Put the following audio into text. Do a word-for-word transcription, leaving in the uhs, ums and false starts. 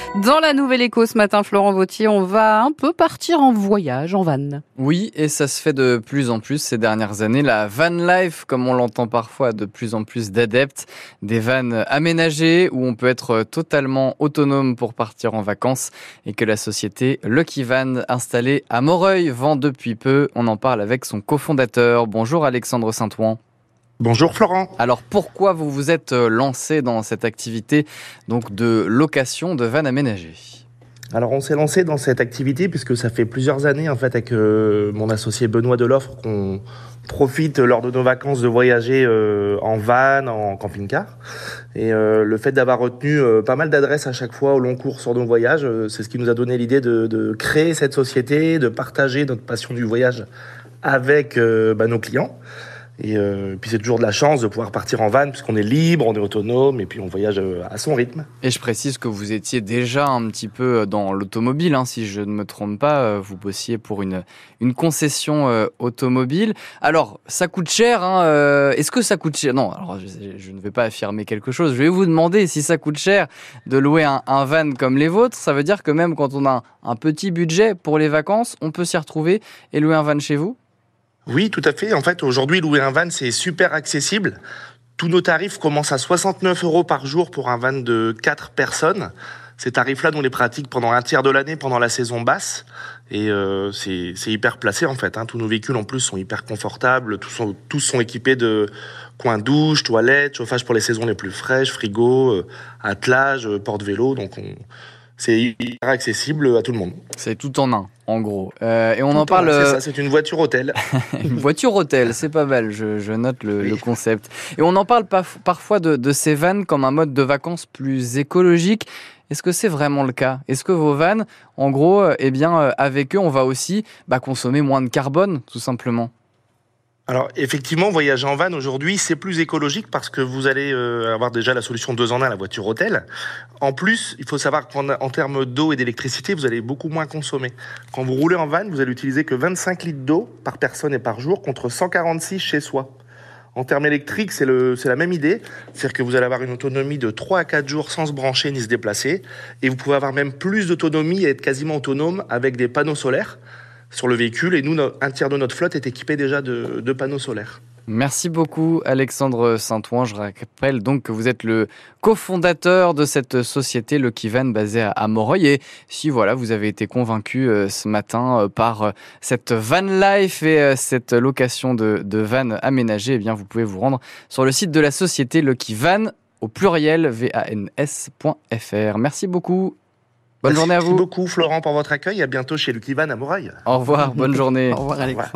Dans la Nouvelle Écho ce matin, Florent Vautier, on va un peu partir en voyage, en van. Oui, et ça se fait de plus en plus ces dernières années. La van life, comme on l'entend parfois, a de plus en plus d'adeptes. Des vannes aménagées où on peut être totalement autonome pour partir en vacances et que la société Lucky Van, installée à Moreuil, vend depuis peu. On en parle avec son cofondateur. Bonjour Alexandre Saint-Ouen. Bonjour Florent. Alors pourquoi vous vous êtes lancé dans cette activité donc de location de vannes aménagées ? Alors on s'est lancé dans cette activité puisque ça fait plusieurs années en fait avec euh, mon associé Benoît Deloffre qu'on profite lors de nos vacances de voyager euh, en van, en camping-car. Et euh, le fait d'avoir retenu euh, pas mal d'adresses à chaque fois au long cours sur nos voyages, euh, c'est ce qui nous a donné l'idée de, de créer cette société, de partager notre passion du voyage avec euh, bah, nos clients. Et euh, puis c'est toujours de la chance de pouvoir partir en van puisqu'on est libre, on est autonome et puis on voyage à son rythme. Et je précise que vous étiez déjà un petit peu dans l'automobile, hein, si je ne me trompe pas, vous bossiez pour une, une concession euh, automobile. Alors, ça coûte cher, hein, euh, est-ce que ça coûte cher ? Non, alors je, je ne vais pas affirmer quelque chose, je vais vous demander si ça coûte cher de louer un, un van comme les vôtres. Ça veut dire que même quand on a un, un petit budget pour les vacances, on peut s'y retrouver et louer un van chez vous ? Oui, tout à fait. En fait, aujourd'hui, louer un van, c'est super accessible. Tous nos tarifs commencent à soixante-neuf euros par jour pour un van de quatre personnes. Ces tarifs-là, nous les pratiquons pendant un tiers de l'année, pendant la saison basse. Et euh, c'est, c'est hyper placé, en fait. Hein. Tous nos véhicules, en plus, sont hyper confortables. Tous sont, tous sont équipés de coins douche, toilettes, chauffage pour les saisons les plus fraîches, frigo, euh, attelage, euh, porte-vélo. Donc, on... c'est hyper accessible à tout le monde. C'est tout en un, en gros. Euh, et on tout en parle. C'est ça, c'est une voiture hôtel. Une voiture hôtel, c'est pas mal. Je, je note le, oui. le concept. Et on en parle paf- parfois de, de ces vannes comme un mode de vacances plus écologique. Est-ce que c'est vraiment le cas ? Est-ce que vos vannes, en gros, eh bien, avec eux, on va aussi bah, consommer moins de carbone, tout simplement ? Alors effectivement, voyager en van aujourd'hui, c'est plus écologique parce que vous allez euh, avoir déjà la solution deux en un, la voiture hôtel. En plus, il faut savoir qu'en en termes d'eau et d'électricité, vous allez beaucoup moins consommer. Quand vous roulez en van, vous allez utiliser que vingt-cinq litres d'eau par personne et par jour contre cent quarante-six chez soi. En termes électriques, c'est, le, c'est la même idée. C'est-à-dire que vous allez avoir une autonomie de trois à quatre jours sans se brancher ni se déplacer. Et vous pouvez avoir même plus d'autonomie et être quasiment autonome avec des panneaux solaires sur le véhicule. Et nous, un tiers de notre flotte est équipé déjà de, de panneaux solaires. Merci beaucoup Alexandre Saint-Ouen. Je rappelle donc que vous êtes le cofondateur de cette société Lucky Van basée à Moreuil. Et si voilà, vous avez été convaincu euh, ce matin euh, par euh, cette van life et euh, cette location de, de van aménagée, eh bien vous pouvez vous rendre sur le site de la société Lucky Van au pluriel v a n s point f r. Merci beaucoup. Bonne Merci journée à vous. Merci beaucoup Florent pour votre accueil. À bientôt chez Lucky Van à Moreuil. Au revoir, bonne journée. Au revoir Alex.